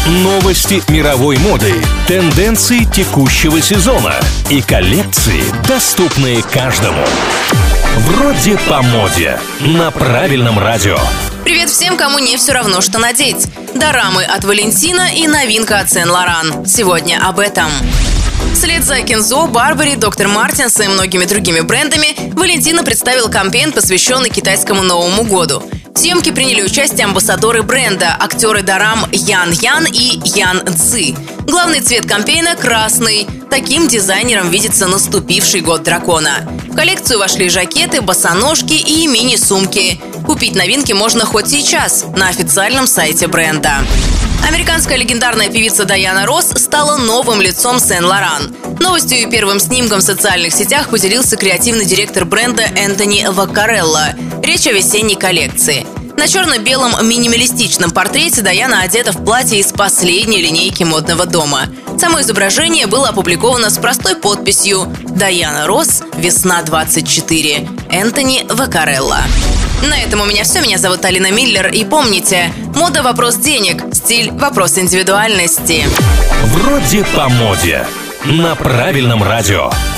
Новости мировой моды, тенденции текущего сезона и коллекции, доступные каждому. Вроде по моде на правильном радио. Привет всем, кому не все равно, что надеть. Дорамы от Валентина и новинка от Сен-Лоран. Сегодня об этом. Вслед за Кензо, Барбари, Доктор Мартинс и многими другими брендами Валентина представил кампейн, посвященный китайскому Новому году. В съемке приняли участие амбассадоры бренда, актеры Дорам Ян Ян и Ян Цзи. Главный цвет кампейна – красный. Таким дизайнером видится наступивший год дракона. В коллекцию вошли жакеты, босоножки и мини-сумки. Купить новинки можно хоть сейчас на официальном сайте бренда. Американская легендарная певица Дайана Росс стала новым лицом Сен-Лоран. Новостью и первым снимком в социальных сетях поделился креативный директор бренда Энтони Ваккарелло. Речь о весенней коллекции. На черно-белом минималистичном портрете Дайана одета в платье из последней линейки модного дома. Само изображение было опубликовано с простой подписью «Дайана Росс. Весна 24. Энтони Ваккарелло». На этом у меня все. Меня зовут Алина Миллер. И помните, мода – вопрос денег, стиль – вопрос индивидуальности. Вроде по моде на правильном радио.